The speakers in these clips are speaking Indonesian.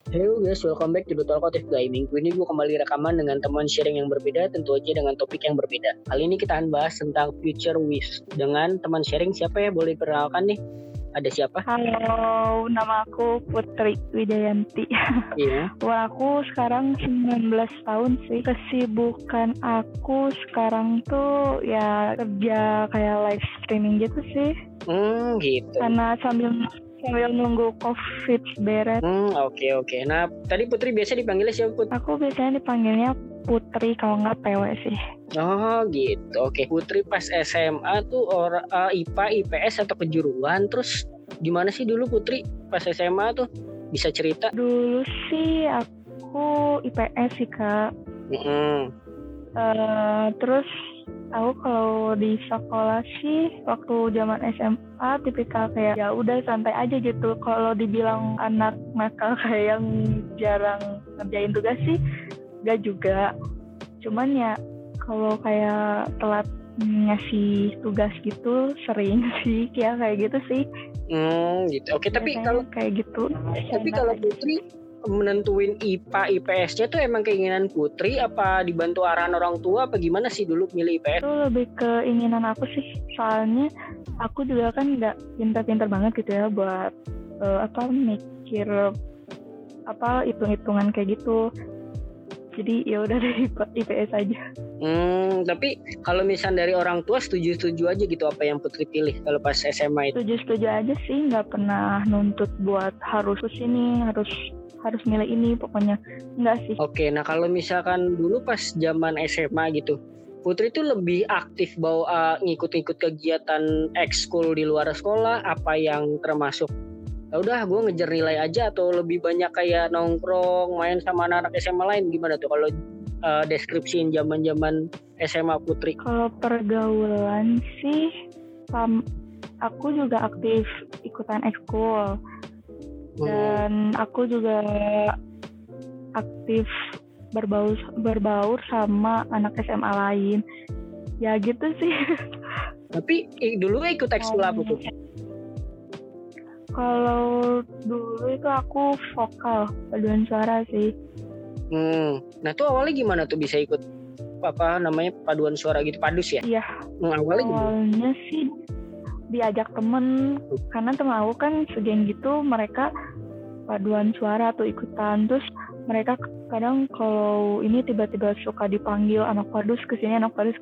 Hello guys, welcome back to the Talkative Guy. Minggu ini gue kembali rekaman dengan teman sharing yang berbeda, tentu aja dengan topik yang berbeda. Kali ini kita akan bahas tentang future wish dengan teman sharing. Siapa ya? Boleh perkenalkan nih? Ada siapa? Halo, nama aku Putri Wijayanti. Iya. Umur aku sekarang 19 tahun sih. Kesibukan aku sekarang tuh ya kerja kayak live streaming gitu sih. Gitu. Karena sambil nunggu COVID beres. Oke. Nah, tadi Putri biasa dipanggilnya siapa, Put? Aku biasanya dipanggilnya Putri, kalau nggak PW sih. Oh gitu, oke. Putri pas SMA tuh IPA, IPS atau kejuruan? Terus gimana sih dulu Putri pas SMA tuh? Bisa cerita? Dulu sih aku IPS sih, Kak. Terus aku kalau di sekolah sih waktu zaman SMA tipikal kayak ya udah santai aja gitu. Kalau dibilang anak nakal kayak yang jarang ngerjain tugas sih gak juga. Cuman ya kalau kayak telat ngasih tugas gitu sering sih kayak gitu sih. Gitu. Oke, tapi biasanya kalau kayak gitu. Tapi kalau Putri menentuin IPA IPS-nya tuh emang keinginan Putri apa dibantu arahan orang tua apa gimana sih dulu milih IPS? Itu lebih ke keinginan aku sih, soalnya aku juga kan nggak pintar-pintar banget gitu ya buat mikir hitung-hitungan kayak gitu. Jadi ya udah deh IPS aja. Tapi kalau misalnya dari orang tua setuju aja gitu apa yang Putri pilih kalau pas SMA itu? Setuju aja sih, nggak pernah nuntut buat harus ini, harus milih ini, pokoknya nggak sih. Oke, nah kalau misalkan dulu pas zaman SMA gitu, Putri tuh lebih aktif ngikut-ngikut kegiatan ekskul di luar sekolah, apa yang termasuk udah gue ngejar nilai aja atau lebih banyak kayak nongkrong, main sama anak SMA lain, gimana tuh kalau deskripsiin zaman-zaman SMA Putri? Kalau pergaulan sih aku juga aktif ikutan ekskul. Dan aku juga aktif berbaur sama anak SMA lain. Ya gitu sih. Tapi dulu ikut ekskul apa tuh? Kalau dulu itu aku vokal, paduan suara sih. Nah tuh awalnya gimana tuh bisa ikut paduan suara gitu, padus ya? Iya. Awalnya sih diajak temen, karena temen aku kan segeng gitu, mereka paduan suara tuh ikutan. Terus mereka kadang kalau ini tiba-tiba suka dipanggil anak padus kesini,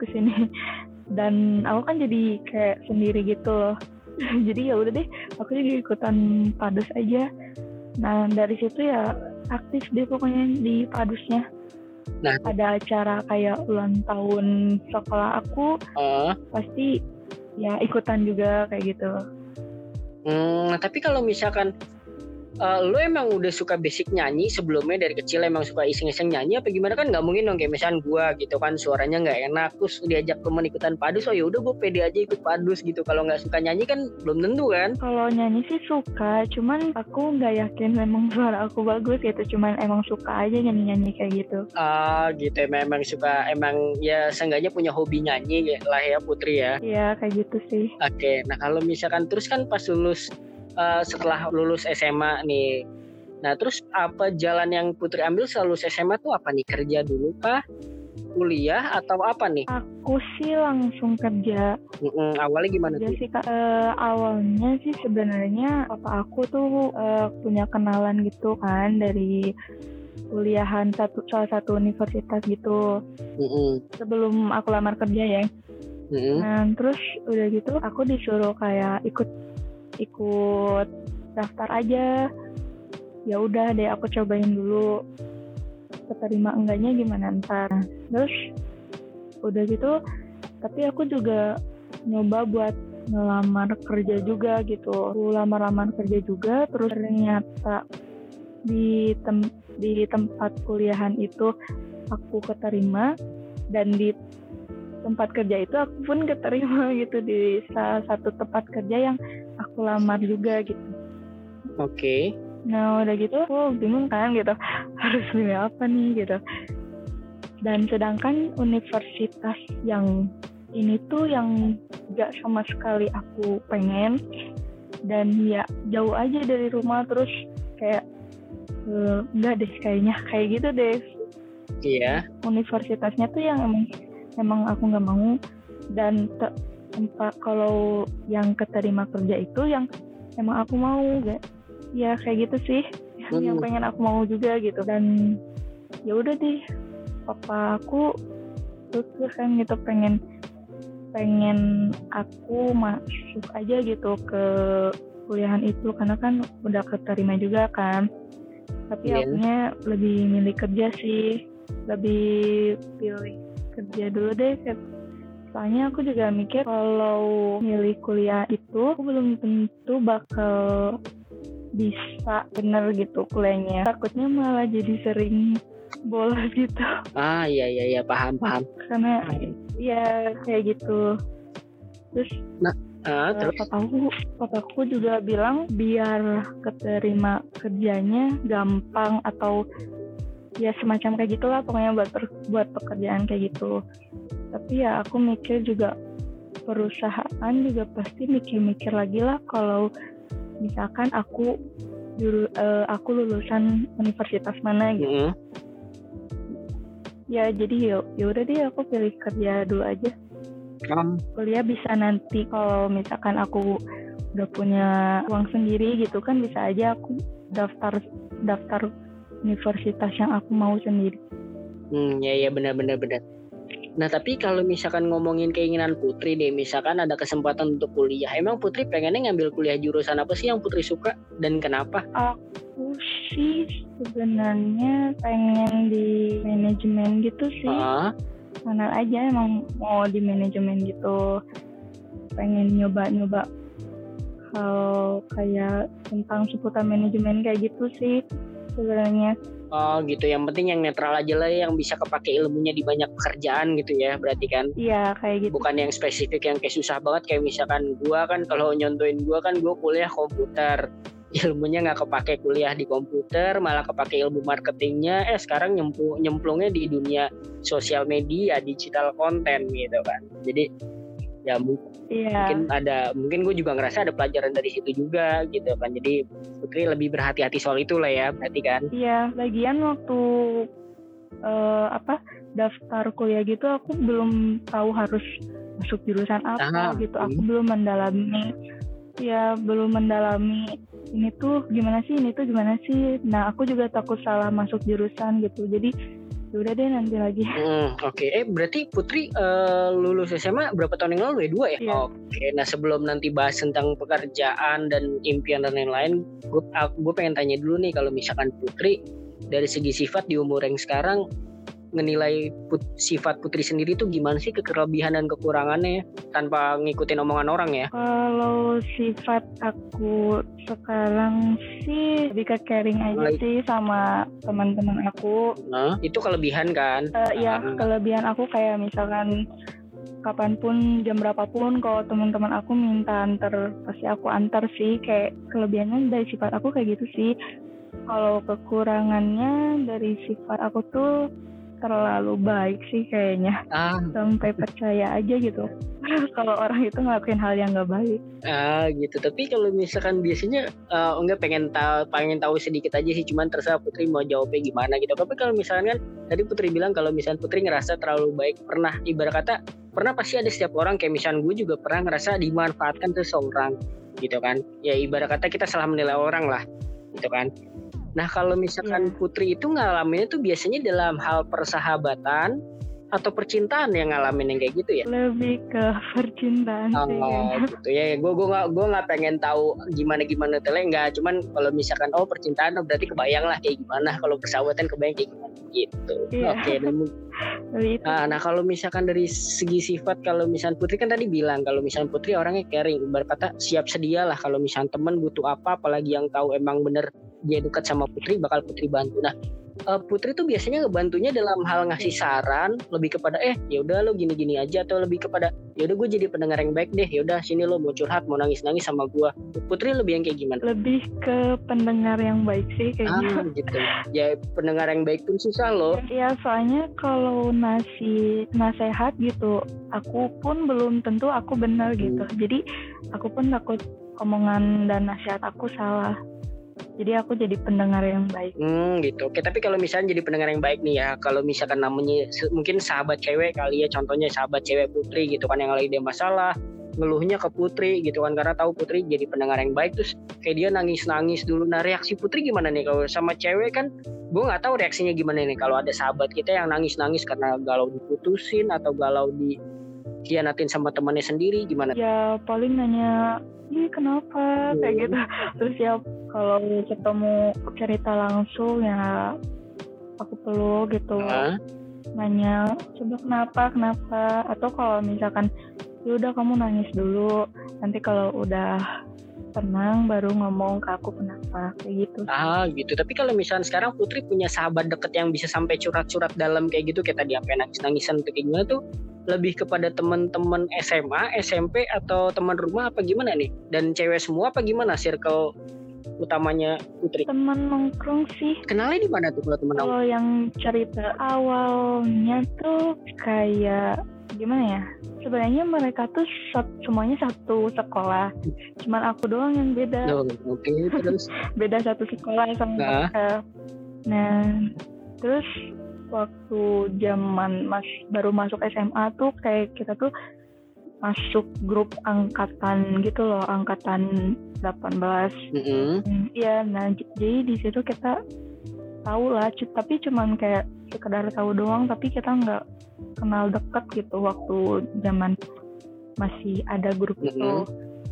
dan aku kan jadi kayak sendiri gitu loh. Jadi ya udah deh, aku juga ikutan padus aja. Nah dari situ ya aktif deh pokoknya di padusnya. Nah, ada acara kayak ulang tahun sekolah aku, pasti ya ikutan juga kayak gitu. Tapi kalau misalkan lo emang udah suka basic nyanyi sebelumnya dari kecil, emang suka iseng-iseng nyanyi apa gimana? Kan nggak mungkin dong kayak misalnya gue gitu kan suaranya nggak enak terus diajak temen ikutan padus, oh ya udah gue pede aja ikut padus gitu. Kalau nggak suka nyanyi kan belum tentu kan? Kalau nyanyi sih suka, cuman aku nggak yakin memang suara aku bagus gitu, cuman emang suka aja nyanyi kayak gitu. Gitu, emang suka, emang ya seenggaknya punya hobi nyanyi lah ya Putri ya? Iya kayak gitu sih. Oke, nah kalau misalkan terus kan pas setelah lulus SMA nih, nah terus apa jalan yang Putri ambil setelah lulus SMA tuh apa nih? Kerja dulu kah? Kuliah atau apa nih? Aku sih langsung kerja. Awalnya gimana tuh? Sih, awalnya sih sebenarnya papa aku tuh punya kenalan gitu kan dari kuliahan salah satu universitas gitu. Sebelum aku lamar kerja ya. Nah terus udah gitu aku disuruh kayak ikut daftar aja. Ya udah deh aku cobain dulu, keterima enggaknya gimana ntar. Terus udah gitu, tapi aku juga nyoba buat ngelamar kerja juga gitu. Aku lamar kerja juga, terus ternyata di tempat kuliahan itu aku keterima, dan di tempat kerja itu aku pun keterima gitu di salah satu tempat kerja yang aku lamar juga gitu. Oke. Nah udah gitu aku bingung kan gitu, harus milih apa nih gitu. Dan sedangkan universitas yang ini tuh yang gak sama sekali aku pengen, dan ya jauh aja dari rumah, terus kayak enggak deh kayaknya kayak gitu deh. Iya. Universitasnya tuh yang emang aku nggak mau, dan tempat kalau yang keterima kerja itu yang emang aku mau, gak ya kayak gitu sih. Yang pengen aku mau juga gitu. Dan ya udah deh, papa aku terus kan gitu pengen aku masuk aja gitu ke kuliahan itu karena kan udah keterima juga kan. Tapi akunya lebih milih kerja sih, lebih pilih kerja dulu deh. Soalnya aku juga mikir kalau milih kuliah itu aku belum tentu bakal bisa bener gitu kuliahnya. Takutnya malah jadi sering bolos gitu. Iya paham. Karena ya kayak gitu. Terus papaku juga bilang biar keterima kerjanya gampang atau ya semacam kayak gitulah pokoknya buat pekerjaan kayak gitu. Tapi ya aku mikir juga perusahaan juga pasti mikir-mikir lagi lah kalau misalkan aku lulusan universitas mana gitu. Ya jadi ya udah deh aku pilih kerja dulu aja. Kuliah bisa nanti kalau misalkan aku udah punya uang sendiri gitu kan, bisa aja aku daftar universitas yang aku mau sendiri. Ya benar. Nah tapi kalau misalkan ngomongin keinginan Putri deh, misalkan ada kesempatan untuk kuliah, emang Putri pengennya ngambil kuliah jurusan apa sih yang Putri suka dan kenapa? Aku sih sebenarnya pengen di manajemen gitu sih. Mana aja emang mau di manajemen gitu, pengen nyoba hal kayak tentang seputar manajemen kayak gitu sih sebenarnya. Gitu, yang penting yang netral aja lah, yang bisa kepake ilmunya di banyak pekerjaan gitu ya berarti kan? Iya kayak gitu. Bukan yang spesifik yang kayak susah banget kayak misalkan gua kan, kalau nyontoin gua kan gua kuliah komputer, ilmunya nggak kepake kuliah di komputer, malah kepake ilmu marketingnya. Sekarang nyemplungnya di dunia sosial media, digital content gitu kan. Jadi ya mungkin gue juga ngerasa ada pelajaran dari situ juga gitu kan. Jadi Putri lebih berhati-hati soal itu lah ya berarti kan. Iya, lagian waktu daftar kuliah gitu aku belum tahu harus masuk jurusan apa gitu. Aku belum mendalami ini tuh gimana sih, ini tuh gimana sih. Nah aku juga takut salah masuk jurusan gitu. Jadi udah deh nanti lagi. Oke. Berarti Putri lulus SMA berapa tahun yang lalu ya? 2 ya? Iya. Oke. Nah sebelum nanti bahas tentang pekerjaan dan impian dan lain-lain, gue pengen tanya dulu nih, kalau misalkan Putri dari segi sifat di umur yang sekarang ngenilai sifat Putri sendiri tuh gimana sih, kelebihan dan kekurangannya tanpa ngikutin omongan orang ya? Kalau sifat aku sekarang sih lebih ke caring aja sih sama teman-teman aku. Itu kelebihan kan? Iya, kelebihan aku kayak misalkan kapanpun, jam berapapun, kalau teman-teman aku minta antar, pasti aku antar sih. Kayak kelebihannya dari sifat aku kayak gitu sih. Kalau kekurangannya dari sifat aku tuh terlalu baik sih kayaknya. Sampai percaya aja gitu kalau orang itu ngelakuin hal yang nggak baik. Gitu. Tapi kalau misalkan biasanya enggak, pengen tahu sedikit aja sih, cuman terserah Putri mau jawabnya gimana gitu. Tapi kalau misalkan kan tadi Putri bilang kalau misalkan Putri ngerasa terlalu baik, pernah pasti ada setiap orang, kayak misalkan gue juga pernah ngerasa dimanfaatkan seseorang gitu kan. Ya ibarat kata kita salah menilai orang lah gitu kan. Nah kalau misalkan Putri itu ngalaminnya tuh biasanya dalam hal persahabatan atau percintaan yang ngalamin yang kayak gitu ya? Lebih ke percintaan sih kayaknya. Gitu ya. Gue nggak pengen tahu gimana detailnya, nggak. Cuman kalau misalkan percintaan berarti kebayang lah kayak gimana. Kalau persahabatan kebayang kayak gimana gitu. Oke. Nah kalau misalkan dari segi sifat, kalau misalkan Putri kan tadi bilang kalau misalkan Putri orangnya caring, berkata siap sedia lah kalau misalkan teman butuh apa, apalagi yang tahu emang bener dia dekat sama Putri, bakal Putri bantu. Nah Putri tuh biasanya ngebantunya dalam hal ngasih saran, lebih kepada ya udah lo gini-gini aja, atau lebih kepada ya udah gue jadi pendengar yang baik deh, ya udah sini lo mau curhat, mau nangis-nangis sama gue. Putri lebih yang kayak gimana? Lebih ke pendengar yang baik sih kayaknya. Gitu. Ya pendengar yang baik pun susah loh. Ya soalnya kalau nasihat gitu, aku pun belum tentu aku benar gitu. Jadi aku pun takut omongan dan nasihat aku salah. Jadi aku jadi pendengar yang baik. Gitu. Oke, tapi kalau misalnya jadi pendengar yang baik nih ya, kalau misalkan namanya mungkin sahabat cewek kali ya, contohnya sahabat cewek Putri gitu kan, yang lagi ada masalah, ngeluhnya ke Putri gitu kan, karena tahu Putri jadi pendengar yang baik, terus kayak dia nangis dulu. Nah, reaksi Putri gimana nih kalau sama cewek kan? Gue nggak tahu reaksinya gimana nih kalau ada sahabat kita yang nangis karena galau diputusin atau galau dikhianatin sama temannya sendiri, gimana? Ya paling nanya, ih kenapa kayak gitu. Terus ya kalau ketemu cerita langsung ya aku peluk gitu, nanya coba kenapa, atau kalau misalkan ya udah kamu nangis dulu, nanti kalau udah tenang baru ngomong ke aku kenapa, kayak gitu. Gitu. Tapi kalau misalnya sekarang Putri punya sahabat deket yang bisa sampai curhat-curhat dalam kayak gitu, kayak tadi sampai nangis-nangisan tuh, kayak gimana tuh? Lebih kepada teman-teman SMA, SMP atau teman rumah apa gimana nih? Dan cewek semua apa gimana circle utamanya Putri? Teman nongkrong sih. Kenalnya di mana tuh kalau teman nongkrong? Kalau yang cerita awalnya tuh kayak gimana ya? Sebenarnya mereka tuh semuanya satu sekolah. Cuman aku doang yang beda. Oke, terus beda satu sekolah sama mereka. Nah, terus waktu zaman baru masuk SMA tuh kayak kita tuh masuk grup angkatan gitu loh, angkatan 18. Iya, nah jadi di situ kita tahu lah, tapi cuman kayak sekedar tahu doang, tapi kita nggak kenal dekat gitu waktu zaman masih ada grup itu.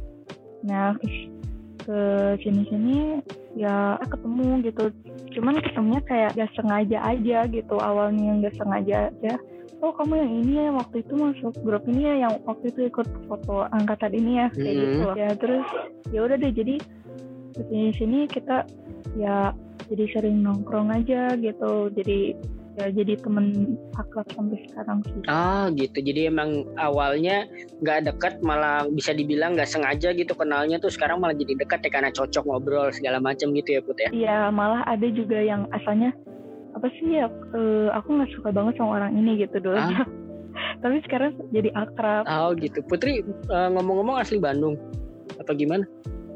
Nah ke sini ya ketemu gitu, cuman ketemunya kayak gak sengaja aja gitu, awalnya gak sengaja aja. Oh kamu yang ini ya, waktu itu masuk grup ini ya, yang waktu itu ikut foto angkatan ini ya, kayak gitu loh. Ya terus ya udah deh, jadi di sini kita ya jadi sering nongkrong aja gitu, jadi temen akrab sampai sekarang sih. Gitu. Jadi emang awalnya nggak dekat, malah bisa dibilang nggak sengaja gitu kenalnya tuh, sekarang malah jadi dekat ya karena cocok ngobrol segala macam gitu ya Put ya? Iya, malah ada juga yang asalnya apa sih ya, aku nggak suka banget sama orang ini gitu dulu. Tapi sekarang jadi akrab. Gitu. Putri ngomong-ngomong asli Bandung apa gimana?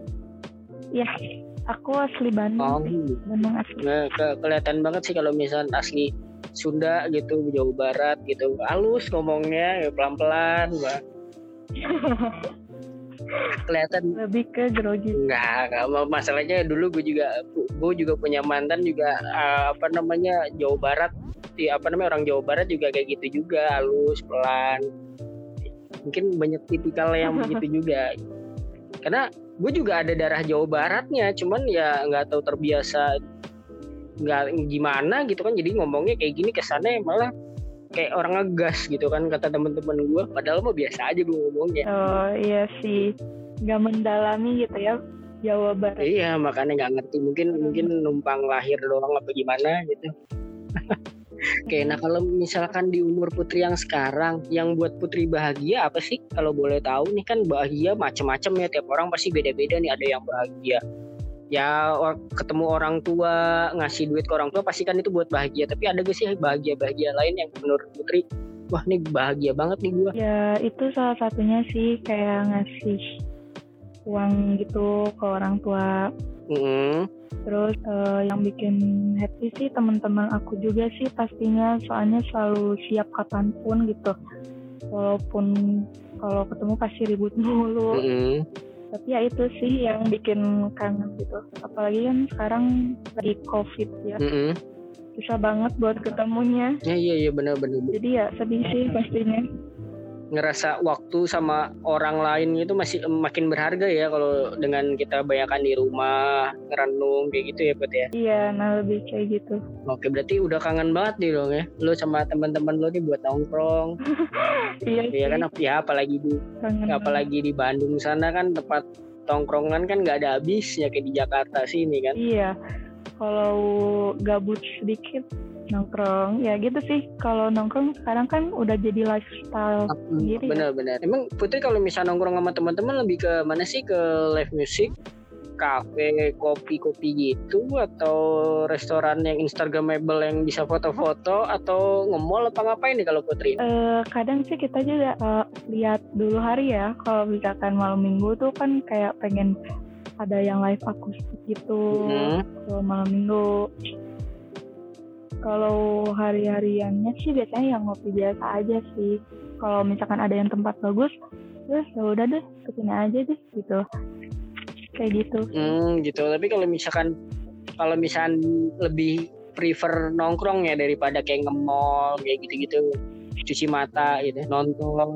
Iya, aku asli Bandung. Gitu. Bandung asli. Kelihatan banget sih kalau misalnya asli Sunda gitu, Jawa Barat gitu, halus ngomongnya ya, pelan-pelan Mbak. Kelihatan lebih ke grogi. Enggak, masalahnya dulu gue juga punya mantan juga Jawa Barat, orang Jawa Barat juga kayak gitu juga, halus pelan. Mungkin banyak tipikal yang begitu juga. Karena gue juga ada darah Jawa Baratnya, cuman ya nggak tahu terbiasa nggak gimana gitu kan, jadi ngomongnya kayak gini kesannya malah kayak orang ngegas gitu kan, kata teman-teman gue, padahal mah biasa aja gue ngomongnya. Iya sih, nggak mendalami gitu ya Jawa Barat. Iya, makanya nggak ngerti, mungkin numpang lahir doang apa gimana gitu. Oke, nah kalau misalkan di umur Putri yang sekarang, yang buat Putri bahagia apa sih? Kalau boleh tahu nih, kan bahagia macam-macam ya, tiap orang pasti beda-beda nih. Ada yang bahagia ya ketemu orang tua, ngasih duit ke orang tua, pasti kan itu buat bahagia. Tapi ada gak sih bahagia lain yang menurut Putri, wah ini bahagia banget nih gue? Ya itu salah satunya sih, kayak ngasih uang gitu ke orang tua. Terus yang bikin happy sih teman-teman aku juga sih pastinya, soalnya selalu siap kapanpun gitu, walaupun kalau ketemu pasti ribut mulu. Tapi ya itu sih yang bikin kangen gitu, apalagi kan sekarang lagi COVID ya. Susah banget buat ketemunya. Iya benar. Jadi ya sedih sih pastinya. Ngerasa waktu sama orang lain itu masih makin berharga ya kalau dengan kita bayangkan di rumah ngerenung kayak gitu ya Put ya. Iya, nah lebih kayak gitu. Oke, berarti udah kangen banget nih dong ya, lo sama teman-teman lo nih buat nongkrong. Iya kan, ya apalagi di Bandung sana kan tempat tongkrongan kan nggak ada habisnya kayak di Jakarta sini kan. Iya, kalau gabut sedikit nongkrong ya gitu sih. Kalau nongkrong sekarang kan udah jadi lifestyle sendiri. Benar. Emang Putri kalau misalnya nongkrong sama teman-teman lebih ke mana sih? Ke live music, kafe, kopi gitu, atau restoran yang instagramable yang bisa foto-foto, atau nge-mall apa ngapain nih kalau Putri? Kadang sih kita juga lihat dulu hari ya. Kalau misalkan malam minggu tuh kan kayak pengen ada yang live akustik gitu kalau malam minggu. Kalau hari-hariannya sih biasanya yang ngopi biasa aja sih. Kalau misalkan ada yang tempat bagus, terus ya udah deh kesini aja deh gitu. Kayak gitu. Gitu. Tapi kalau misalkan lebih prefer nongkrong ya daripada kayak nge-mall kayak gitu-gitu, cuci mata gitu, nonton.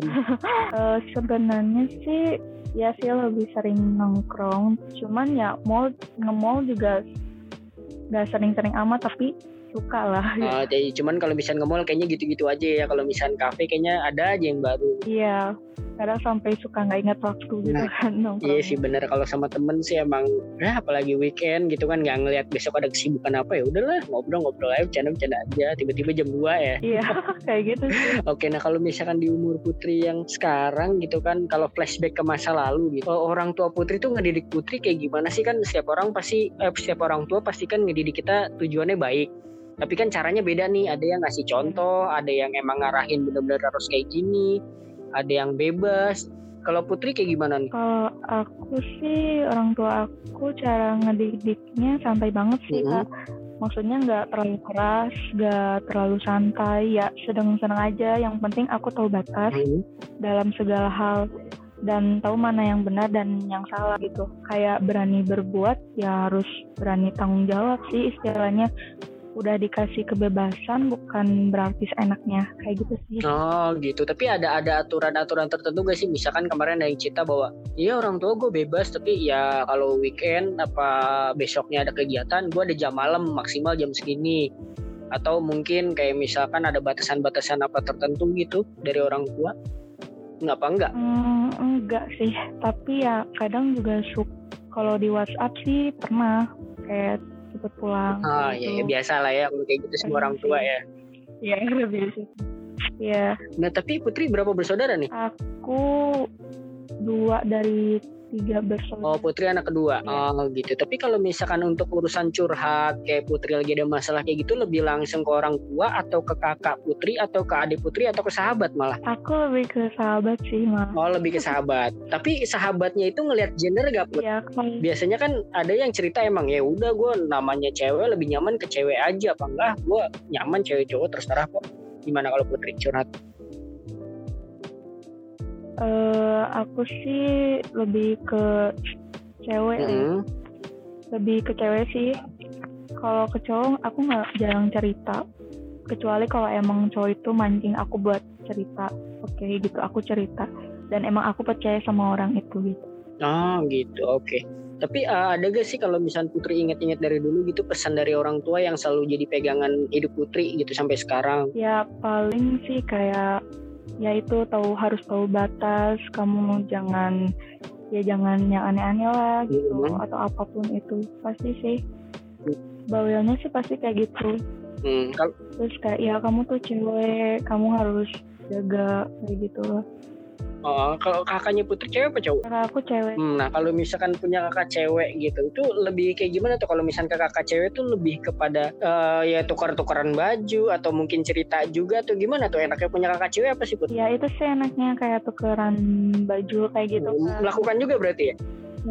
Sebenarnya sih ya sih lebih sering nongkrong. Cuman ya nge-mall juga nggak sering-sering amat, tapi suka lah. Jadi cuman kalau misalnya nge-mall kayaknya gitu-gitu aja ya. Kalau misalnya kafe kayaknya ada aja yang baru. Iya, kadang sampai suka nggak ingat waktu gitu kan nongkrong. Iya sih bener, kalau sama temen sih emang apalagi weekend gitu kan, nggak ngelihat besok ada kesibukan apa, ya udahlah ngobrol aja, bercanda aja, tiba-tiba jam 2 ya. Iya kayak gitu sih. Oke, nah kalau misalkan di umur Putri yang sekarang gitu kan, kalau flashback ke masa lalu gitu, orang tua Putri tuh ngedidik Putri kayak gimana sih? Kan setiap orang tua pasti kan ngedidik kita tujuannya baik, tapi kan caranya beda nih. Ada yang ngasih contoh, ada yang emang ngarahin bener-bener harus kayak gini, ada yang bebas. Kalau Putri kayak gimana nih? Kalau aku sih, orang tua aku cara ngedidiknya santai banget sih Kak. Maksudnya nggak terlalu keras, nggak terlalu santai, ya sedang-sedang aja. Yang penting aku tahu batas dalam segala hal dan tahu mana yang benar dan yang salah gitu. Kayak berani berbuat, ya harus berani tanggung jawab sih istilahnya. Udah dikasih kebebasan bukan berarti seenaknya, kayak gitu sih. Oh gitu, tapi ada aturan-aturan tertentu gak sih? Misalkan kemarin ada yang cerita bahwa iya orang tua gue bebas, tapi ya kalau weekend apa besoknya ada kegiatan, gue ada jam malam maksimal jam segini. Atau mungkin kayak misalkan ada batasan-batasan apa tertentu gitu dari orang tua? Enggak? Enggak sih, tapi ya kadang juga kalau di WhatsApp sih pernah kayak cepet pulang. Ya biasa lah ya, kayak gitu semua orang tua ya. Iya biasa. Iya. Nah tapi Putri berapa bersaudara nih? Aku 2 dari 3 bersaudara. Oh, Putri anak kedua. Ya. Oh gitu. Tapi kalau misalkan untuk urusan curhat kayak Putri lagi ada masalah kayak gitu, lebih langsung ke orang tua atau ke kakak Putri atau ke adik Putri atau ke sahabat malah? Aku lebih ke sahabat sih malah. Oh, lebih ke sahabat. Tapi sahabatnya itu ngelihat gender gak Put? Iya. Biasanya kan ada yang cerita emang ya udah gue namanya cewek lebih nyaman ke cewek aja, apa enggak gue nyaman cewek cowok terserah kok. Gimana kalau Putri curhat? Aku sih lebih ke cewek. Lebih ke cewek sih. Kalau ke cowok aku jarang cerita, kecuali kalau emang cowok itu mancing aku buat cerita. Oke, gitu aku cerita dan emang aku percaya sama orang itu gitu. Oh gitu, oke. Tapi ada gak sih kalau misalnya Putri ingat-ingat dari dulu gitu pesan dari orang tua yang selalu jadi pegangan hidup Putri gitu sampai sekarang? Ya paling sih kayak ya itu harus tahu batas, kamu jangan yang aneh-aneh lah gitu atau apapun itu. Pasti sih bawelnya sih pasti kayak gitu. Terus kayak ya kamu tuh cewek, kamu harus jaga kayak gitu lah. Oh, kalau kakaknya Putri cewek apa cowok? Kakak aku cewek. Nah, kalau misalkan punya kakak cewek gitu, itu lebih kayak gimana tuh? Kalau misalkan kakak cewek tuh lebih kepada ya tukar-tukaran baju atau mungkin cerita juga atau gimana tuh? Enaknya punya kakak cewek apa sih Put? Ya itu sih enaknya kayak tukeran baju kayak gitu kan. Melakukan juga berarti ya?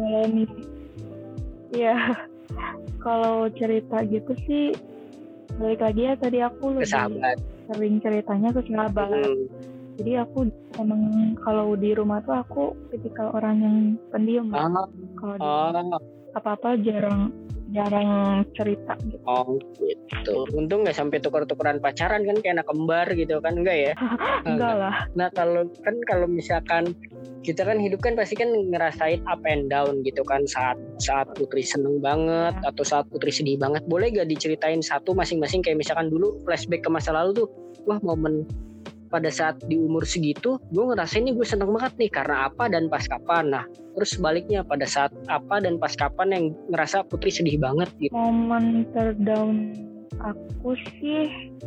Iya. Kalau cerita gitu sih balik lagi ya, tadi aku lebih sering ceritanya ke sahabat. Jadi aku emang kalau di rumah tuh aku tipikal orang yang pendiam. Kalau apa-apa jarang cerita gitu. Oh gitu. Untung nggak sampai tukar-tukaran pacaran kan kayak anak kembar gitu kan, enggak ya? Enggak lah. Nah kalau misalkan kita kan hidup kan pasti kan ngerasain up and down gitu kan, saat Putri seneng banget atau saat Putri sedih banget. Boleh gak diceritain satu masing-masing, kayak misalkan dulu flashback ke masa lalu tuh, wah momen pada saat di umur segitu gue ngerasain nih gue seneng banget nih karena apa dan pas kapan. Nah terus sebaliknya pada saat apa dan pas kapan yang ngerasa Putri sedih banget gitu. Momen terdown aku sih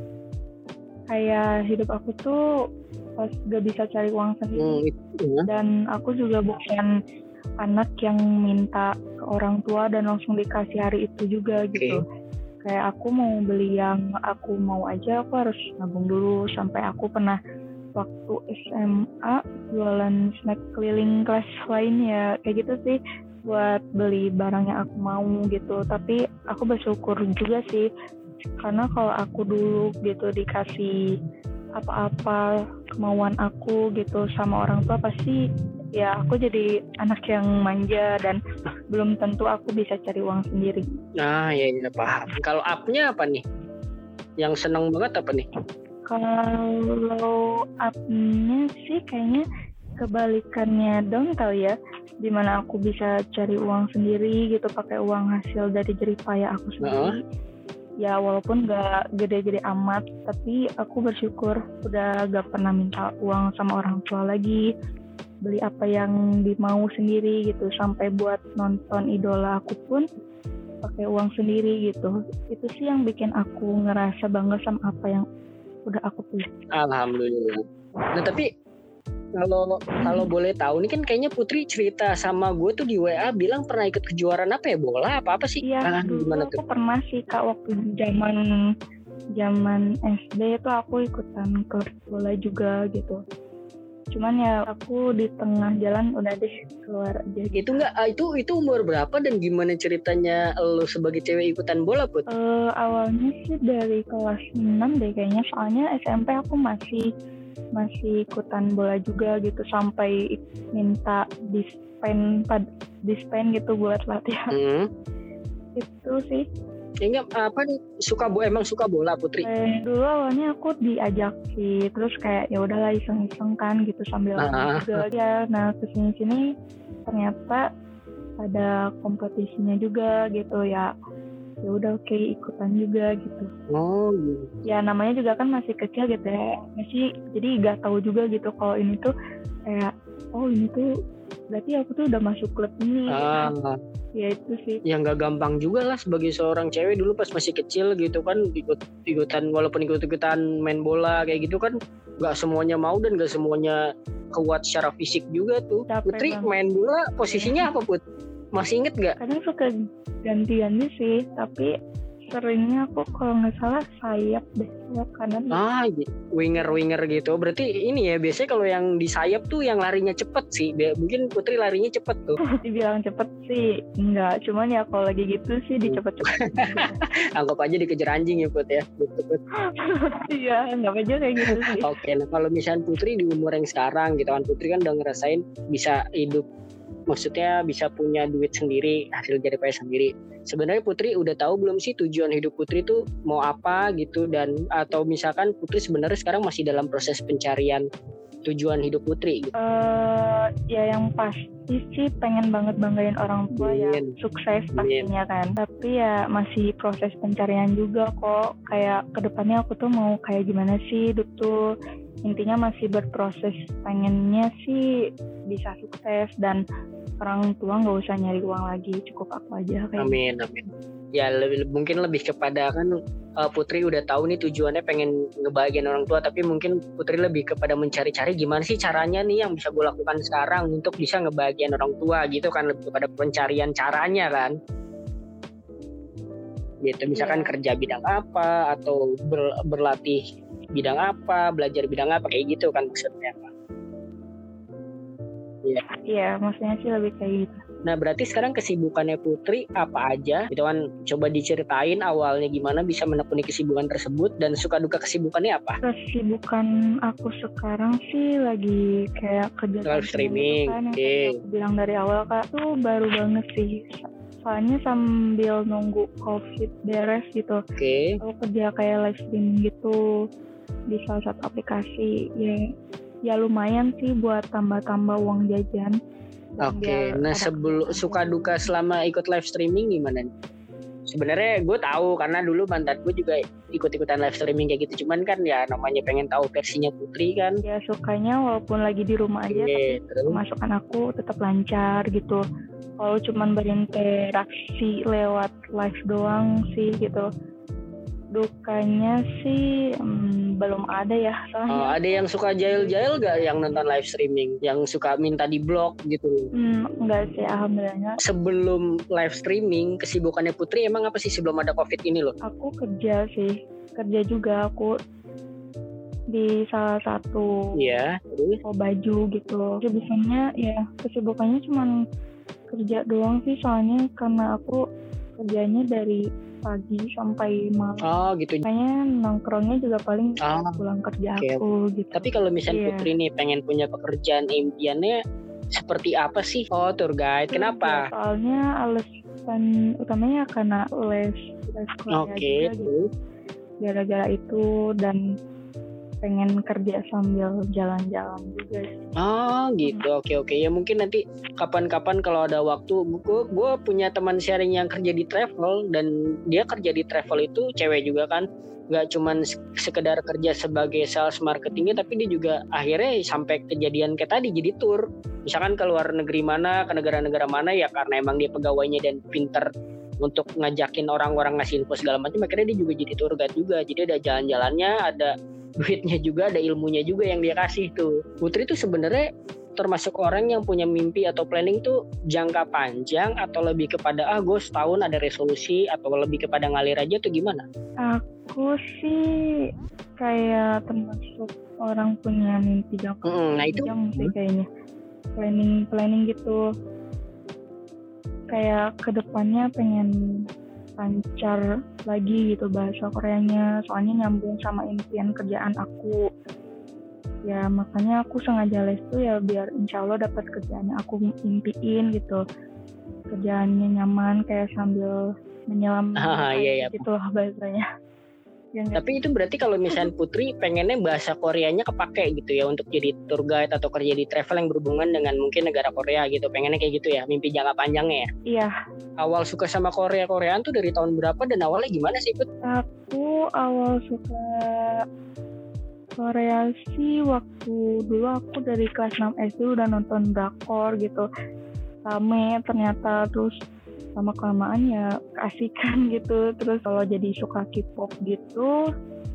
kayak hidup aku tuh pas gak bisa cari uang sendiri. Dan aku juga bukan anak yang minta ke orang tua dan langsung dikasih hari itu juga gitu. Kayak aku mau beli yang aku mau aja, aku harus nabung dulu. Sampai aku pernah waktu SMA jualan snack keliling kelas lain ya, kayak gitu sih. buat beli barang yang aku mau gitu. Tapi aku bersyukur juga sih, karena kalau aku dulu gitu dikasih apa-apa kemauan aku gitu sama orang tua, pasti ya aku jadi anak yang manja dan belum tentu aku bisa cari uang sendiri. Nah, ya paham. Kalau up-nya apa nih? Yang seneng banget apa nih? Kalau up-nya sih kayaknya kebalikannya dong kali ya, dimana aku bisa cari uang sendiri gitu, pakai uang hasil dari jerih payah aku sendiri. Ya walaupun gak gede-gede amat, tapi aku bersyukur udah gak pernah minta uang sama orang tua lagi, beli apa yang dimau sendiri gitu, sampai buat nonton idola aku pun pakai uang sendiri gitu. Itu sih yang bikin aku ngerasa bangga sama apa yang udah aku pilih. Alhamdulillah. Nah tapi kalau boleh tahu nih, kan kayaknya Putri cerita sama gue tuh di WA bilang pernah ikut kejuaraan apa ya, bola apa sih? Iya, dulu aku pernah sih Kak, waktu zaman SD itu aku ikutan klub bola juga gitu. Cuman ya aku di tengah jalan udah deh keluar aja gitu. Itu umur berapa dan gimana ceritanya lo sebagai cewek ikutan bola, Put? Awalnya sih dari kelas 6 deh kayaknya, soalnya SMP aku masih ikutan bola juga gitu, sampai minta dispen gitu buat latihan. Itu sih. Enggak apa nih, emang suka bola Putri? Dulu awalnya aku diajak sih, terus kayak ya udahlah iseng-iseng kan gitu sambil juga ya. Nah kesini ternyata ada kompetisinya juga gitu ya. Ya udah oke, ikutan juga gitu. Oh gitu. Ya namanya juga kan masih kecil gitu ya, jadi nggak tahu juga gitu kalau ini tuh kayak ini tuh berarti aku tuh udah masuk klub ini gitu. Ya itu sih. Ya nggak gampang juga lah sebagai seorang cewek dulu pas masih kecil gitu kan, ikutan walaupun ikut-ikutan main bola kayak gitu kan, nggak semuanya mau dan nggak semuanya kuat secara fisik juga tuh. Capek Putri banget. Main bola posisinya apa Put? Masih inget gak? Kadang suka ganti-ganti sih, tapi seringnya aku kalau nggak salah sayap kanan. Winger gitu. Berarti ini ya, biasanya kalau yang di sayap tuh yang larinya cepet sih. Mungkin Putri larinya cepet tuh. Dibilang cepet sih enggak, cuman ya kalau lagi gitu sih dicepet-cepet. Anggap aja dikejar anjing ya Put ya. Iya, anggap aja kayak gitu sih. Oke, nah kalau misalnya Putri di umur yang sekarang gitu kan, Putri kan udah ngerasain bisa hidup, maksudnya bisa punya duit sendiri, hasil jerih payah sendiri. Sebenarnya Putri udah tahu belum sih tujuan hidup Putri tuh mau apa gitu, dan atau misalkan Putri sebenarnya sekarang masih dalam proses pencarian tujuan hidup Putri gitu? Ya yang pasti sih pengen banget banggain orang tua ya, sukses pastinya kan. Tapi ya masih proses pencarian juga kok. Kayak kedepannya aku tuh mau kayak gimana sih hidup tuh. Intinya masih berproses, pengennya sih bisa sukses dan orang tua nggak usah nyari uang lagi, cukup aku aja kayak. Amin. Ya mungkin lebih kepada kan Putri udah tahu nih tujuannya pengen ngebahagiain orang tua, tapi mungkin Putri lebih kepada mencari-cari gimana sih caranya nih yang bisa gue lakukan sekarang untuk bisa ngebahagiain orang tua gitu kan, lebih kepada pencarian caranya kan. Gitu, misalkan kerja bidang apa atau berlatih bidang apa, belajar bidang apa, kayak gitu kan maksudnya. Iya, maksudnya sih lebih kayak gitu. Nah berarti sekarang kesibukannya Putri apa aja gitu kan, coba diceritain awalnya gimana bisa menekuni kesibukan tersebut dan suka duka kesibukannya apa? Kesibukan aku sekarang sih lagi kayak kerja live streaming gitu kan, yang aku bilang dari awal Kak, tuh baru banget sih. Soalnya sambil nunggu COVID beres gitu, aku kerja kayak live streaming gitu di salah satu aplikasi. Ya lumayan sih buat tambah-tambah uang jajan. Nah sebelum suka duka selama ikut live streaming gimana nih? Sebenarnya gue tahu karena dulu mantan gue juga ikut-ikutan live streaming kayak gitu, cuman kan ya namanya pengen tahu versinya Putri kan. Ya sukanya walaupun lagi di rumah aja, tapi pemasukan aku tetap lancar gitu. Kalau cuman berinteraksi lewat live doang sih gitu. Dukanya sih belum ada ya soalnya. Ada yang suka jail-jail gak yang nonton live streaming, yang suka minta di blok gitu? Enggak sih, alhamdulillah. Sebelum live streaming kesibukannya Putri emang apa sih sebelum ada COVID ini loh? Aku kerja juga, aku di salah satu terus baju gitu. Biasanya ya kesibukannya cuman kerja doang sih, soalnya karena aku kerjanya dari pagi sampai malam. Oh gitu. Kayaknya nongkrongnya juga paling pulang kerja oke. aku gitu. Tapi kalau misalnya Iya. Putri nih pengen punya pekerjaan impiannya seperti apa sih? Oh, tour guide. Kenapa? Ya, soalnya alasan utamanya karena les Korea Oke. juga gitu. Gara-gara itu dan pengen kerja sambil jalan-jalan juga sih. Oh gitu, oke. Ya mungkin nanti kapan-kapan kalau ada waktu, gue punya teman sharing yang kerja di travel, dan dia kerja di travel itu cewek juga kan, nggak cuman sekedar kerja sebagai sales marketingnya, tapi dia juga akhirnya sampai kejadian kayak tadi jadi tour, misalkan ke luar negeri mana, ke negara-negara mana, ya karena emang dia pegawainya dan pinter untuk ngajakin orang-orang ngasih info segala macam, akhirnya dia juga jadi tour guide juga, jadi ada jalan-jalannya, ada duitnya juga, ada ilmunya juga yang dia kasih tuh. Putri tuh sebenarnya termasuk orang yang punya mimpi atau planning tuh jangka panjang, atau lebih kepada gue setahun ada resolusi, atau lebih kepada ngalir aja tuh gimana? Aku sih kayak termasuk orang punya mimpi jangka panjang sih kayaknya. Planning gitu. Kayak kedepannya pengen lancar lagi gitu bahasa Koreanya, soalnya nyambung sama impian kerjaan aku. Ya makanya aku sengaja les tuh ya biar insya Allah dapat kerjaan yang aku impiin gitu. Kerjaannya nyaman, kayak sambil menyelam gitu lah bahasanya. Tapi itu berarti kalau misalnya Putri pengennya bahasa Koreanya kepake gitu ya untuk jadi tour guide atau kerja di travel yang berhubungan dengan mungkin negara Korea gitu, pengennya kayak gitu ya, mimpi jangka panjangnya ya? Iya. Awal suka sama Koreaan tuh dari tahun berapa dan awalnya gimana sih Put? Aku awal suka Korea sih waktu dulu aku dari kelas 6 SD udah nonton drakor gitu, rame ternyata, terus lama kelamaan ya keasikan gitu. Terus kalau jadi suka K-pop gitu,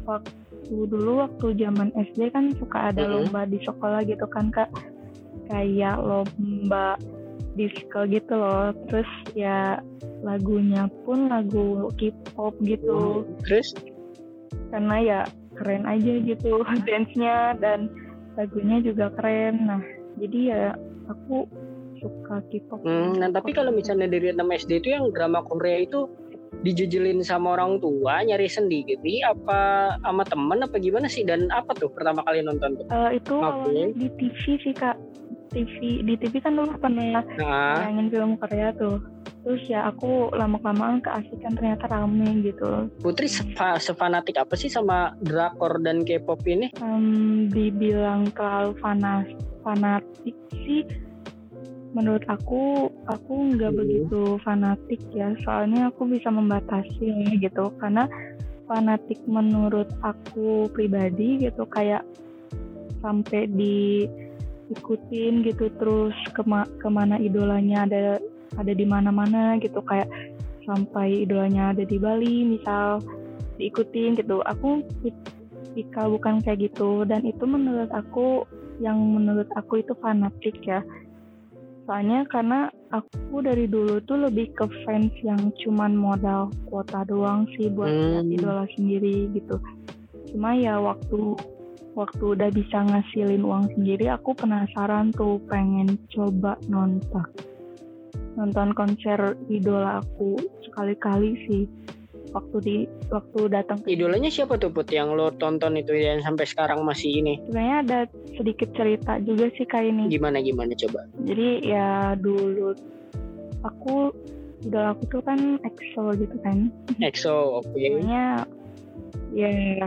waktu zaman SD kan suka ada lomba di sekolah gitu kan Kak, kayak lomba disco gitu loh, terus ya lagunya pun lagu K-pop gitu. Terus? Karena ya keren aja gitu dance-nya dan lagunya juga keren. Nah jadi ya aku suka K-pop. Nah tapi kalau misalnya dari 6 SD itu yang drama Korea itu dijejelin sama orang tua, nyari sendiri apa sama temen apa gimana sih, dan apa tuh pertama kali nonton tuh? Itu awalnya di TV sih Kak. Di TV kan dulu pernah nayangin film Korea tuh. Terus ya aku lama-kelamaan keasikan, ternyata rame gitu. Putri sefanatik apa sih sama drakor dan K-pop ini? Dibilang terlalu fanatik sih, menurut aku nggak begitu fanatik ya, soalnya aku bisa membatasi gitu. Karena fanatik menurut aku pribadi gitu, kayak sampai diikutin gitu, terus kemana idolanya ada di mana-mana gitu, kayak sampai idolanya ada di Bali misal diikutin gitu. Aku tipikal bukan kayak gitu, dan itu menurut aku itu fanatik ya. Soalnya karena aku dari dulu tuh lebih ke fans yang cuman modal kuota doang sih buat lihat idola sendiri gitu. Cuma ya waktu udah bisa ngasilin uang sendiri, aku penasaran tuh, pengen coba nonton konser idola aku sekali-kali sih. Waktu datang. Idolanya siapa tuh Put yang lo tonton itu dan sampai sekarang masih ini? Sebenarnya ada sedikit cerita juga sih kayak ini. Gimana coba? Jadi ya dulu idola aku tuh kan EXO gitu kan. EXO, oke. Sebenarnya ya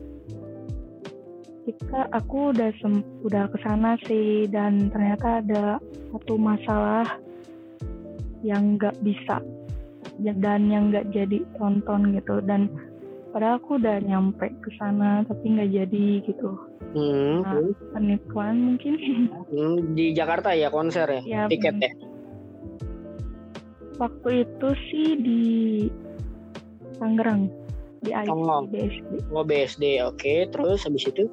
aku udah kesana sih, dan ternyata ada satu masalah yang nggak bisa dan yang nggak jadi tonton gitu, dan padahal aku udah nyampe ke sana tapi nggak jadi gitu. Penipuan mungkin. Di Jakarta ya konser ya tiket ya? Waktu itu sih di Tangerang, di BSD. BSD, oke. Terus habis itu?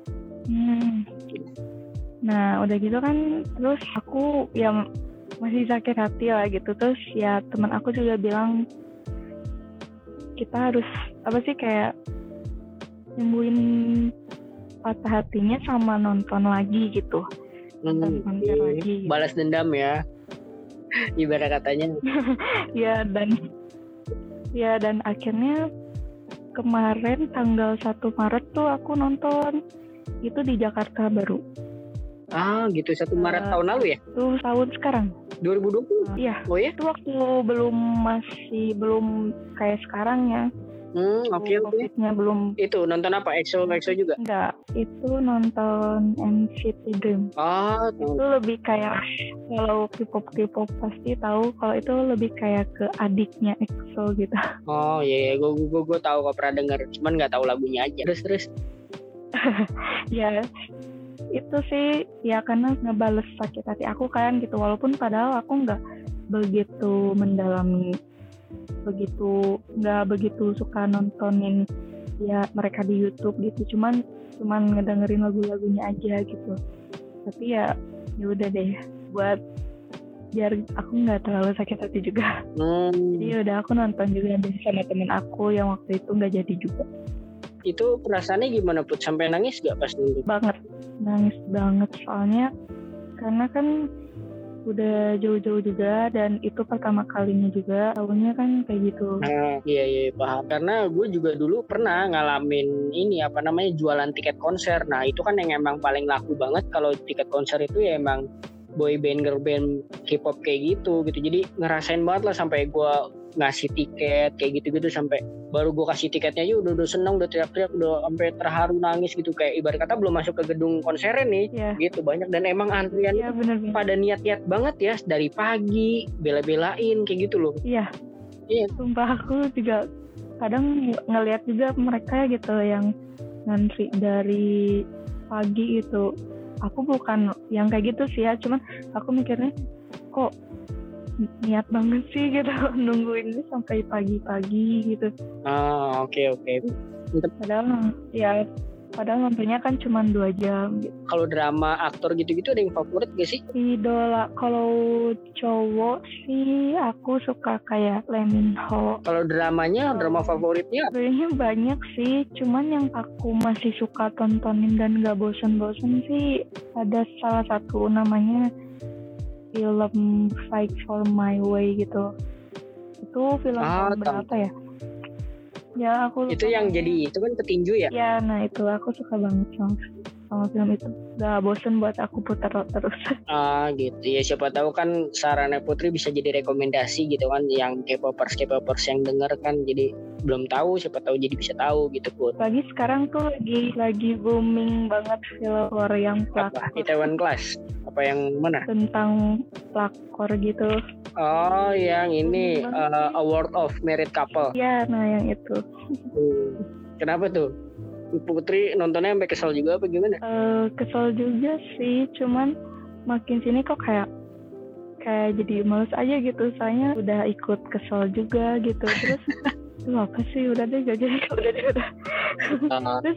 Nah udah gitu kan, terus aku ya masih sakit hati lah gitu. Terus ya teman aku juga bilang kita harus kayak nyembuhin patah hatinya sama nonton lagi gitu, nonton konser lagi gitu. Balas dendam ya. ibarat katanya. Ya dan akhirnya kemarin tanggal 1 Maret tuh aku nonton itu di Jakarta baru. Gitu 1 Maret tahun lalu ya? Tuh tahun sekarang 2020. Iya. Oh ya? Itu waktu belum kayak sekarang ya. Oke. Covid-nya belum. Itu nonton apa? EXO juga? Enggak, itu nonton NCT Dream. Itu lebih kayak, kalau K-pop pasti tahu, kalau itu lebih kayak ke adiknya EXO gitu. Oh iya, gue tahu, kok pernah denger, cuman nggak tahu lagunya aja. Terus. Ya, itu sih ya karena ngebales sakit hati aku kan gitu, walaupun padahal aku nggak begitu mendalami, nggak begitu suka nontonin ya mereka di YouTube gitu, cuman ngedengerin lagu-lagunya aja gitu. Tapi ya udah deh, buat biar aku nggak terlalu sakit hati juga. Jadi udah aku nonton juga deh sama temen aku yang waktu itu nggak jadi juga. Itu perasaannya gimana Put? Sampai nangis gak pas nonton? Nangis banget soalnya karena kan udah jauh-jauh juga dan itu pertama kalinya juga, tahunnya kan kayak gitu. Iya paham. Karena gue juga dulu pernah ngalamin ini jualan tiket konser. Nah itu kan yang emang paling laku banget kalau tiket konser itu ya emang boy band, girl band, K-pop kayak gitu. Jadi ngerasain banget lah sampai gue ngasih tiket kayak gitu sampai baru gue kasih tiketnya aja udah seneng, udah teriak-teriak, udah sampai terharu nangis gitu, kayak ibarat kata belum masuk ke gedung konsernya nih. Gitu banyak, dan emang antriannya pada niat-niat banget ya, dari pagi bela-belain kayak gitu loh. Iya. Sumpah aku juga kadang ngeliat juga mereka gitu yang ngantri dari pagi itu. Aku bukan yang kayak gitu sih ya, cuman aku mikirnya kok niat banget sih gitu nungguin sampai pagi-pagi gitu. Oke. Padahal nontonnya kan cuma 2 jam gitu. Kalau drama aktor gitu-gitu ada yang favorit gak sih? Idola kalau cowok sih aku suka kayak Lee Min Ho. Kalau drama favoritnya? Sebenarnya banyak sih, cuman yang aku masih suka tontonin dan gak bosen-bosen sih ada salah satu namanya film Fight for My Way gitu. Itu film tahun berapa ya? Ya aku lupa. Itu yang jadi itu kan petinju ya? Ya, nah itu aku suka banget sama film itu. Gak bosen buat aku putar terus. Gitu ya, siapa tahu kan sarannya Putri bisa jadi rekomendasi gitu kan, yang K-popers yang denger kan jadi belum tahu, siapa tahu jadi bisa tahu gitu Put. Lagi sekarang tuh lagi booming banget film Korea yang pelakor. Itaewon Class? Apa yang mana? Tentang pelakor gitu. Oh, yang ini Award of Married Couple. Iya, nah yang itu. Kenapa tuh? Putri nontonnya sampai kesel juga apa gimana? Kesel juga sih, cuman makin sini kok kayak jadi males aja gitu, soalnya udah ikut kesel juga gitu. Terus apa sih, udah deh gak jadi, udah. Terus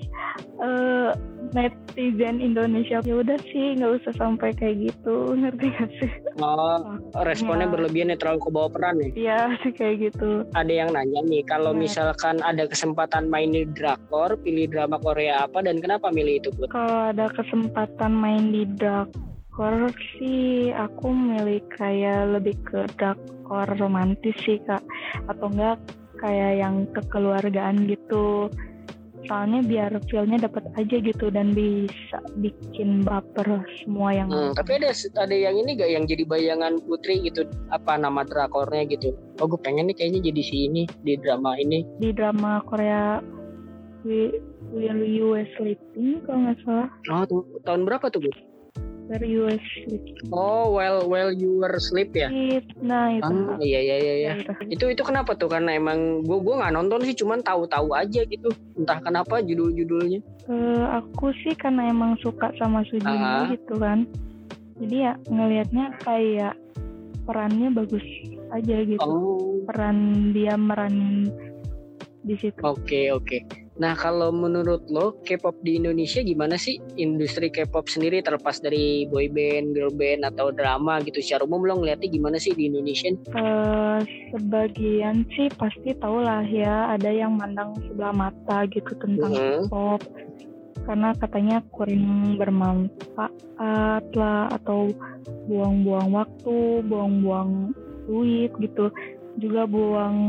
netizen Indonesia ya udah sih nggak usah sampai kayak gitu, ngerti gak sih? Responnya berlebihan ya, terlalu kebawa peran ya? Iya sih kayak gitu. Ada yang nanya nih, kalau misalkan ada kesempatan main di drakor, pilih drama Korea apa dan kenapa milih itu Put? Kalau ada kesempatan main di drakor sih aku milih kayak lebih ke drakor romantis sih Kak, atau enggak kayak yang kekeluargaan gitu, soalnya biar feel-nya dapat aja gitu dan bisa bikin baper semua yang tapi ada yang ini gak yang jadi bayangan Putri gitu, apa nama drakornya gitu? Gue pengen nih kayaknya jadi si ini di drama ini. Di drama Korea Will You Sleeping kalau nggak salah. Tahun berapa tuh Bu? Will You Sleeping. While You Were Asleep ya? Nah itu. Iya. Itu kenapa tuh? Karena emang gue nggak nonton sih, cuman tahu-tahu aja gitu. Entah kenapa judulnya. Aku sih karena emang suka sama Sujin gitu kan. Jadi ya ngelihatnya kayak perannya bagus aja gitu. Peran dia meranin di situ. Oke. Nah, kalau menurut lo K-pop di Indonesia gimana sih? Industri K-pop sendiri terlepas dari boy band, girl band atau drama gitu, secara umum lo ngeliatnya gimana sih di Indonesia? Sebagian sih pasti tahu lah ya, ada yang mandang sebelah mata gitu tentang K-pop. karena katanya kurang bermanfaat lah, atau buang-buang waktu, buang-buang duit gitu, juga buang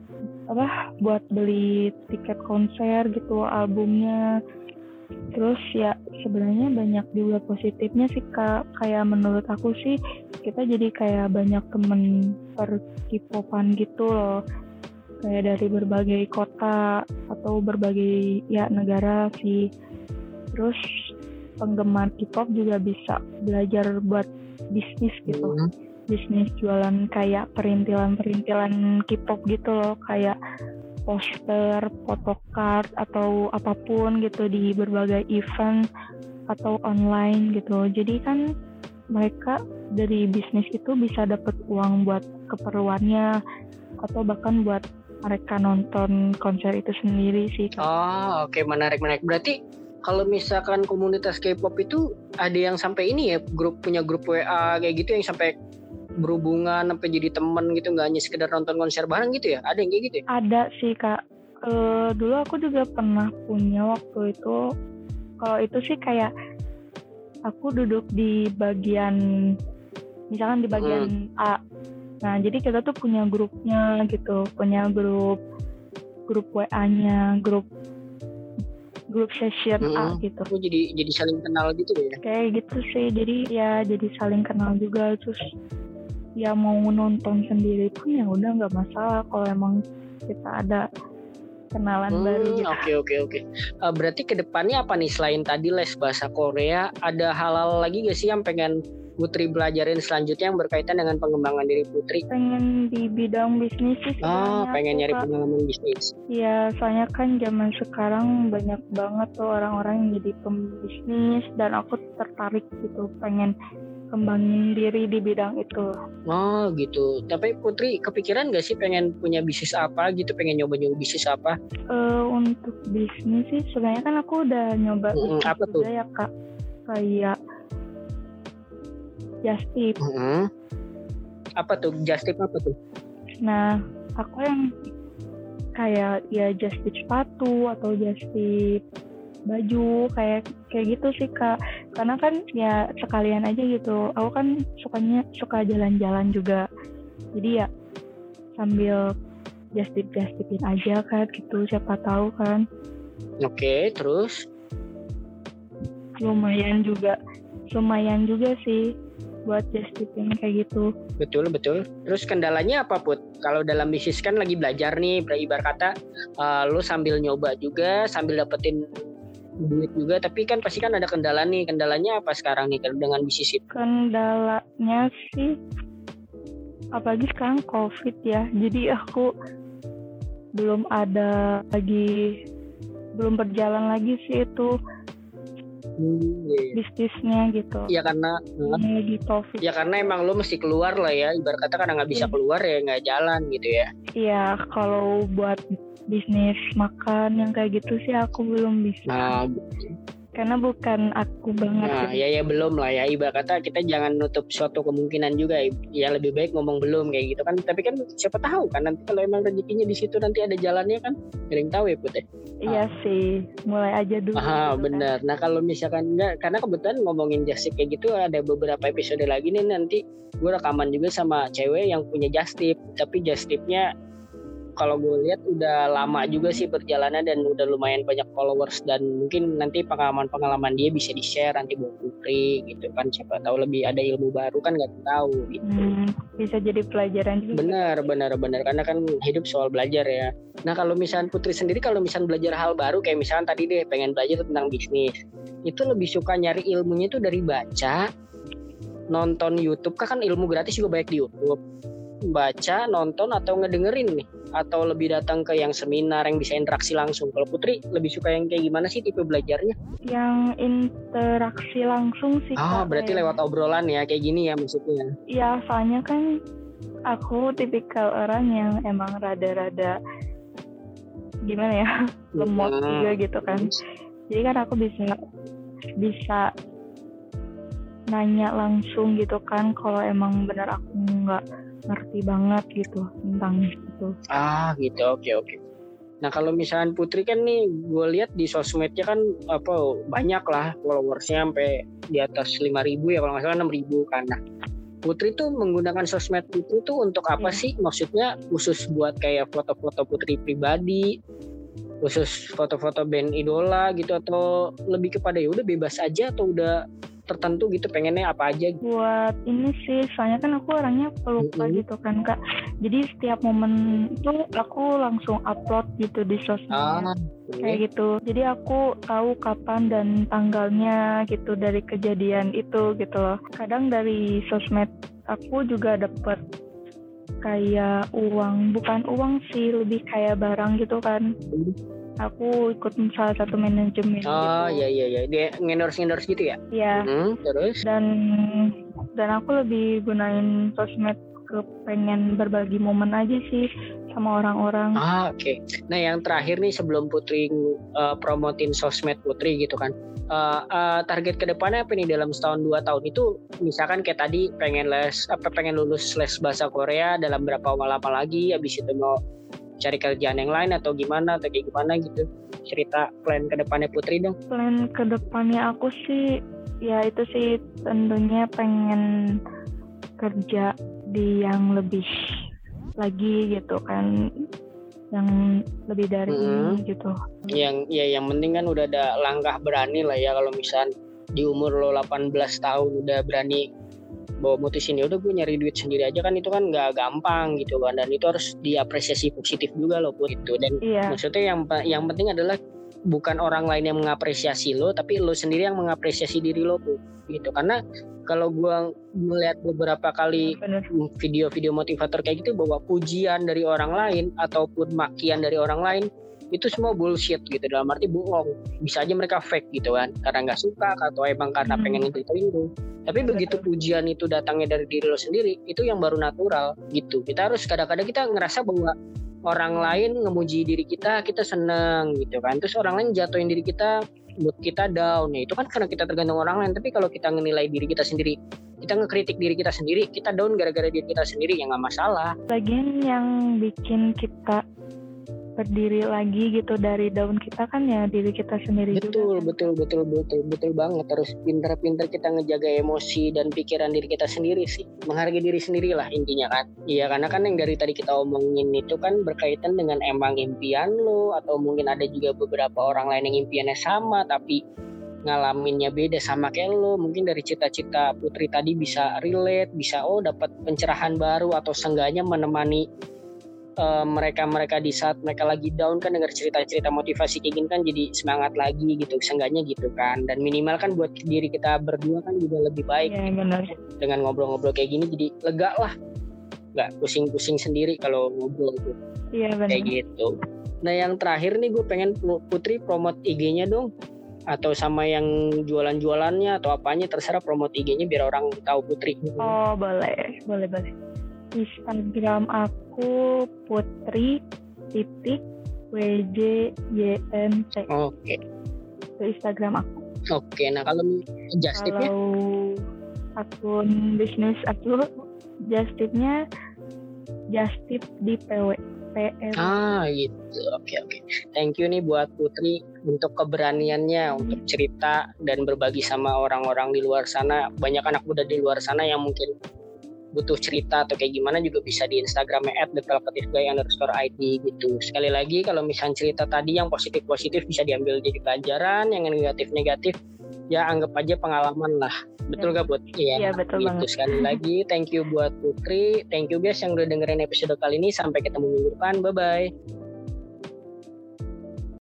buat beli tiket konser gitu, albumnya. Terus ya sebenarnya banyak juga positifnya sih Kak. Kayak menurut aku sih kita jadi kayak banyak temen per K-popan gitu loh. Kayak dari berbagai kota atau berbagai negara sih. Terus penggemar K-pop juga bisa belajar buat bisnis gitu. Bisnis jualan kayak perintilan K-pop gitu loh, kayak poster, photocard atau apapun gitu di berbagai event atau online gitu. Jadi kan mereka dari bisnis itu bisa dapat uang buat keperluannya atau bahkan buat mereka nonton konser itu sendiri sih. Oh, oke, menarik. Berarti kalau misalkan komunitas K-pop itu ada yang sampai ini ya, punya grup WA kayak gitu yang sampai berhubungan sampai jadi teman gitu, nggak hanya sekedar nonton konser bareng gitu ya? Ada yang kayak gitu ya? Ada sih Kak. Dulu aku juga pernah punya waktu itu. Kalau itu sih kayak aku duduk di bagian, misalkan di bagian A. Nah jadi kita tuh punya grupnya gitu, punya grup WA-nya, grup session A gitu. Oh, jadi saling kenal gitu ya? Kayak gitu sih. Jadi saling kenal juga. Terus ya mau nonton sendiri pun ya udah nggak masalah kalau emang kita ada kenalan baru gitu. Oke. Berarti kedepannya apa nih selain tadi les bahasa Korea, ada hal-hal lagi gak sih yang pengen Putri belajarin selanjutnya yang berkaitan dengan pengembangan diri Putri? Pengen di bidang bisnis sih sebenarnya. Pengen nyari pengalaman bisnis. Iya, soalnya kan zaman sekarang banyak banget tuh orang-orang yang jadi pembisnis, dan aku tertarik gitu, pengen kembangin diri di bidang itu. Oh gitu. Tapi Putri kepikiran gak sih pengen punya bisnis apa gitu? Pengen nyoba-nyoba bisnis apa? Untuk bisnis sih sebenarnya kan aku udah nyoba bisnis apa juga tuh? Ya Kak. Kayak Just Tip. Apa tuh? Just Tip apa tuh? Nah, aku yang kayak ya Just Tip sepatu atau Just Tip baju kayak gitu sih Kak. Karena kan ya sekalian aja gitu. Aku kan suka jalan-jalan juga. Jadi ya sambil just tipin aja kan gitu, siapa tahu kan. Oke, terus? Lumayan juga sih buat just tipin kayak gitu. Betul. Terus kendalanya apa Put? Kalau dalam bisnis kan lagi belajar nih, ibarat kata lu sambil nyoba juga, sambil dapetin duit juga, tapi kan pasti kan ada kendala nih. Kendalanya apa sekarang nih dengan bisnis itu? Kendalanya sih apalagi sekarang COVID ya, jadi aku belum berjalan lagi sih itu bisnisnya gitu. Ya karena di COVID. Ya karena emang lo mesti keluar lah ya, ibarat kata karena nggak bisa keluar ya nggak jalan gitu ya. Iya, kalau buat bisnis makan yang kayak gitu sih aku belum bisa. Karena bukan aku banget. Ya belum lah ya, ibarat kata kita jangan nutup suatu kemungkinan juga ya, lebih baik ngomong belum kayak gitu kan. Tapi kan siapa tahu kan nanti kalau emang rezekinya di situ nanti ada jalannya kan, ada yang tahu ya Put ya. Iya sih, mulai aja dulu. Gitu benar. Kan. Nah kalau misalkan enggak, karena kebetulan ngomongin just tip kayak gitu ada beberapa episode lagi nih, nanti gue rekaman juga sama cewek yang punya just tip, tapi just tipnya kalau gue lihat udah lama juga sih berjalannya dan udah lumayan banyak followers, dan mungkin nanti pengalaman dia bisa di-share nanti buat Putri gitu kan, siapa tahu lebih ada ilmu baru kan, nggak tahu gitu. Bisa jadi pelajaran juga. Benar karena kan hidup soal belajar ya. Nah kalau misalnya Putri sendiri, kalau misalnya belajar hal baru kayak misalnya tadi deh pengen belajar tentang bisnis, itu lebih suka nyari ilmunya itu dari baca, nonton YouTube kan ilmu gratis juga banyak di YouTube, baca, nonton, atau ngedengerin nih, atau lebih datang ke yang seminar yang bisa interaksi langsung? Kalau Putri lebih suka yang kayak gimana sih tipe belajarnya? Yang interaksi langsung sih. Berarti lewat obrolan ya, kayak gini ya maksudnya? Iya, soalnya kan aku tipikal orang yang emang rada-rada gimana ya, lemot juga gitu kan. Jadi kan aku bisa nanya langsung gitu kan kalau emang benar aku nggak ngerti banget gitu tentang itu. Gitu, oke. Nah kalau misalnya Putri kan nih, gue lihat di sosmednya kan banyak lah followersnya sampai di atas 5.000 ya, kalau nggak salah 6.000 kan. Nah Putri tuh menggunakan sosmed Putri tuh untuk apa sih? Maksudnya khusus buat kayak foto-foto Putri pribadi, khusus foto-foto band idola gitu, atau lebih kepada ya udah bebas aja, atau udah tertentu gitu pengennya apa aja? Buat ini sih, soalnya kan aku orangnya pelupa gitu kan Kak. Jadi setiap momen itu aku langsung upload gitu di sosmed. Kayak gitu. Jadi aku tahu kapan dan tanggalnya gitu dari kejadian itu gitu loh. Kadang dari sosmed aku juga dapet kayak uang, bukan uang sih, lebih kayak barang gitu kan. Aku ikut salah satu manajemen gitu. Iya. Dia ngendorse gitu ya? Iya. Terus? Dan aku lebih gunain sosmed ke pengen berbagi momen aja sih sama orang-orang. Oke. Nah yang terakhir nih sebelum Putri promotin sosmed Putri gitu kan, target kedepannya apa nih dalam setahun 2 tahun itu? Misalkan kayak tadi pengen lulus les bahasa Korea dalam berapa lama lagi, habis itu mau cari kerjaan yang lain atau gimana, atau kayak gimana gitu? Cerita plan kedepannya Putri dong. Plan kedepannya aku sih ya itu sih, tentunya pengen kerja di yang lebih lagi gitu kan, yang lebih dari ini gitu. Yang penting kan udah ada langkah berani lah ya. Kalau misal di umur lo 18 tahun udah berani bawa mutusin ya udah gue nyari duit sendiri aja, kan itu kan nggak gampang gitu kan, dan itu harus diapresiasi positif juga loh Put itu. Dan maksudnya yang penting adalah bukan orang lain yang mengapresiasi lo, tapi lo sendiri yang mengapresiasi diri lo Put gitu. Karena kalau gue melihat beberapa kali video-video motivator kayak gitu, bahwa pujian dari orang lain ataupun makian dari orang lain itu semua bullshit gitu, dalam arti bohong. Bisa aja mereka fake gitu kan, karena nggak suka atau emang karena pengen itu. Tapi begitu pujian itu datangnya dari diri lo sendiri, itu yang baru natural gitu. Kita harus kadang-kadang kita ngerasa bahwa orang lain ngemuji diri kita seneng gitu kan, terus orang lain jatuhin diri kita, buat kita down ya, itu kan karena kita tergantung orang lain. Tapi kalau kita menilai diri kita sendiri, kita ngekritik diri kita sendiri, kita down gara-gara diri kita sendiri, ya nggak masalah. Lagian yang bikin kita berdiri lagi gitu dari daun kita kan ya diri kita sendiri juga. Betul banget. Terus pintar-pintar kita ngejaga emosi dan pikiran diri kita sendiri sih, menghargai diri sendiri lah intinya kan. Iya, karena kan yang dari tadi kita omongin itu kan berkaitan dengan emang impian lo, atau mungkin ada juga beberapa orang lain yang impiannya sama tapi ngalaminnya beda sama kayak lo. Mungkin dari cita-cita Putri tadi bisa relate, bisa dapat pencerahan baru, atau seenggaknya menemani mereka di saat mereka lagi down kan, dengar cerita-cerita motivasi kayak gini kan jadi semangat lagi gitu, seenggaknya gitu kan. Dan minimal kan buat diri kita berdua kan juga lebih baik benar. Dengan ngobrol-ngobrol kayak gini jadi lega lah, nggak pusing-pusing sendiri kalau ngobrol gitu. Iya benar. Kayak gitu. Nah yang terakhir nih gue pengen Putri promote IG-nya dong, atau sama yang jualan-jualannya atau apanya, terserah, promote IG-nya biar orang tahu Putri. Oh boleh. Instagram aku putri.wjynt. Oke. Itu Instagram aku. Oke, nah kalau Justip-nya? Kalau akun bisnis aku, Justip-nya Justip di PW. Gitu. Oke. Thank you nih buat Putri untuk keberaniannya untuk cerita dan berbagi sama orang-orang di luar sana. Banyak anak muda di luar sana yang mungkin butuh cerita atau kayak gimana, juga bisa di Instagramnya @thetalkativeguy_id gitu. Sekali lagi, kalau misalnya cerita tadi yang positif-positif bisa diambil jadi pelajaran, yang negatif-negatif ya anggap aja pengalaman lah. Betul gak Put? Iya betul gitu. banget. Sekali lagi thank you buat Putri, thank you guys yang udah dengerin episode kali ini. Sampai ketemu minggu depan, bye bye.